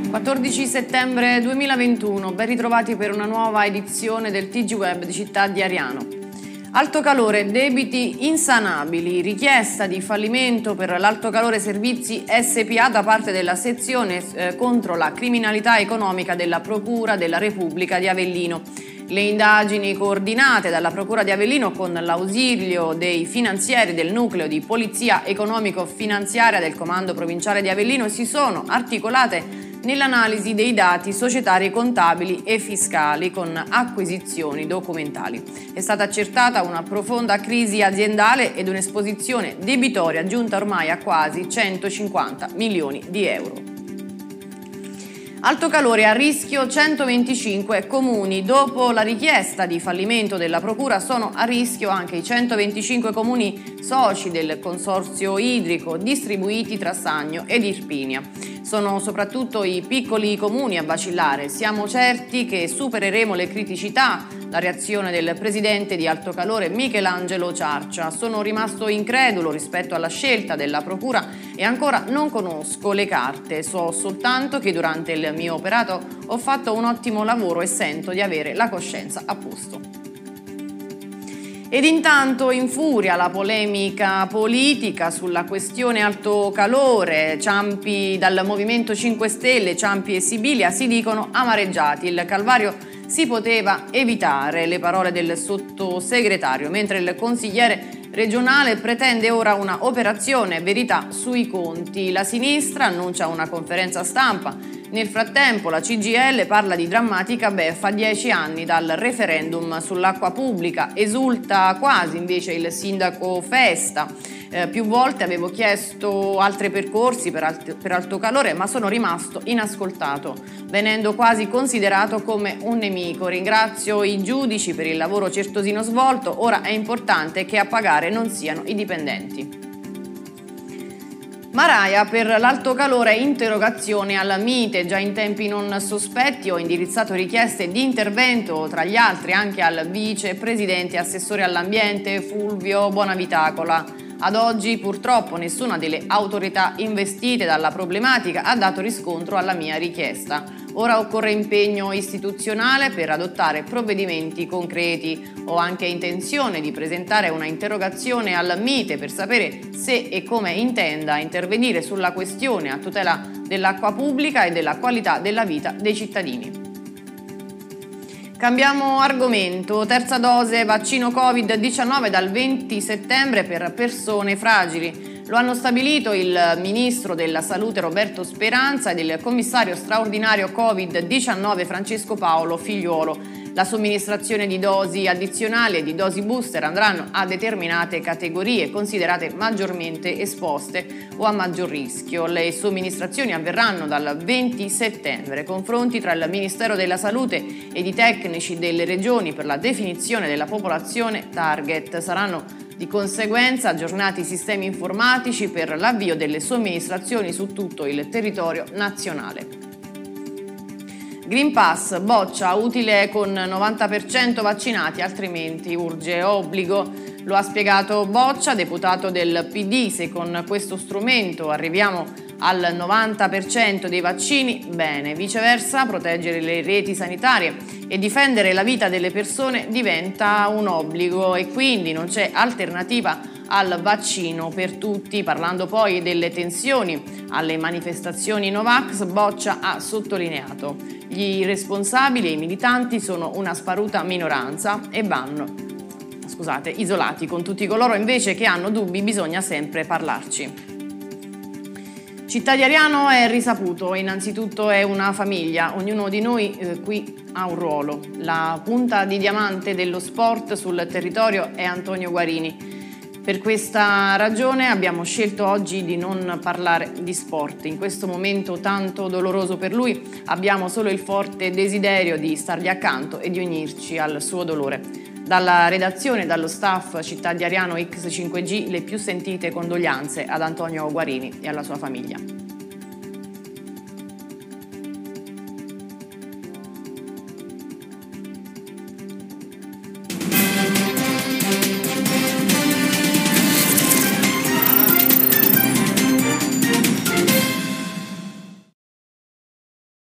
14 settembre 2021, ben ritrovati per una nuova edizione del TG Web di Città di Ariano. Alto calore, debiti insanabili, richiesta di fallimento per l'Alto Calore Servizi SPA da parte della sezione contro la criminalità economica della Procura della Repubblica di Avellino. Le indagini coordinate dalla Procura di Avellino con l'ausilio dei finanzieri del nucleo di polizia economico-finanziaria del Comando Provinciale di Avellino si sono articolate nell'analisi dei dati societari, contabili e fiscali con acquisizioni documentali. È stata accertata una profonda crisi aziendale ed un'esposizione debitoria giunta ormai a quasi 150 milioni di euro. Alto calore, a rischio 125 comuni. Dopo la richiesta di fallimento della Procura sono a rischio anche i 125 comuni soci del consorzio idrico distribuiti tra Sannio ed Irpinia. Sono soprattutto i piccoli comuni a vacillare. Siamo certi che supereremo le criticità. La reazione del presidente di Alto Calore Michelangelo Ciarcia. Sono rimasto incredulo rispetto alla scelta della Procura e ancora non conosco le carte. So soltanto che durante il mio operato ho fatto un ottimo lavoro e sento di avere la coscienza a posto. Ed intanto infuria la polemica politica sulla questione Alto Calore. Ciampi dal Movimento 5 Stelle, Ciampi e Sibilia si dicono amareggiati. Il calvario si poteva evitare, le parole del sottosegretario, mentre il consigliere regionale pretende ora una operazione verità sui conti. La sinistra annuncia una conferenza stampa. Nel frattempo la CGIL parla di drammatica beffa a 10 anni dal referendum sull'acqua pubblica. Esulta quasi invece il sindaco Festa. Più volte avevo chiesto altri percorsi per Alto Calore, ma sono rimasto inascoltato, venendo quasi considerato come un nemico. Ringrazio i giudici per il lavoro certosino svolto, ora è importante che a pagare non siano i dipendenti. Maraia per l'Alto Calore, interrogazione alla Mite. Già in tempi non sospetti ho indirizzato richieste di intervento, tra gli altri anche al vicepresidente e assessore all'ambiente Fulvio Bonavitacola. Ad oggi purtroppo nessuna delle autorità investite dalla problematica ha dato riscontro alla mia richiesta. Ora occorre impegno istituzionale per adottare provvedimenti concreti. Ho anche intenzione di presentare una interrogazione al Mite per sapere se e come intenda intervenire sulla questione a tutela dell'acqua pubblica e della qualità della vita dei cittadini. Cambiamo argomento. Terza dose vaccino Covid-19 dal 20 settembre per persone fragili. Lo hanno stabilito il ministro della Salute Roberto Speranza ed il commissario straordinario Covid-19 Francesco Paolo Figliuolo. La somministrazione di dosi addizionali e di dosi booster andranno a determinate categorie considerate maggiormente esposte o a maggior rischio. Le somministrazioni avverranno dal 20 settembre. Confronti tra il Ministero della Salute ed i tecnici delle regioni per la definizione della popolazione target. Saranno di conseguenza aggiornati i sistemi informatici per l'avvio delle somministrazioni su tutto il territorio nazionale. Green Pass, boccia, utile con 90% vaccinati, altrimenti urge obbligo. Lo ha spiegato Boccia, deputato del PD. Se con questo strumento arriviamo al 90% dei vaccini, bene. Viceversa, proteggere le reti sanitarie e difendere la vita delle persone diventa un obbligo e quindi non c'è alternativa al vaccino per tutti. Parlando poi delle tensioni alle manifestazioni Novax, Boccia ha sottolineato: gli responsabili e i militanti sono una sparuta minoranza e vanno isolati. Con tutti coloro invece che hanno dubbi bisogna sempre parlarci. Città di Ariano è risaputo, innanzitutto è una famiglia, ognuno di noi qui ha un ruolo. La punta di diamante dello sport sul territorio è Antonio Guarini. Per questa ragione abbiamo scelto oggi di non parlare di sport. In questo momento tanto doloroso per lui abbiamo solo il forte desiderio di stargli accanto e di unirci al suo dolore. Dalla redazione e dallo staff Città di Ariano X5G le più sentite condoglianze ad Antonio Guarini e alla sua famiglia.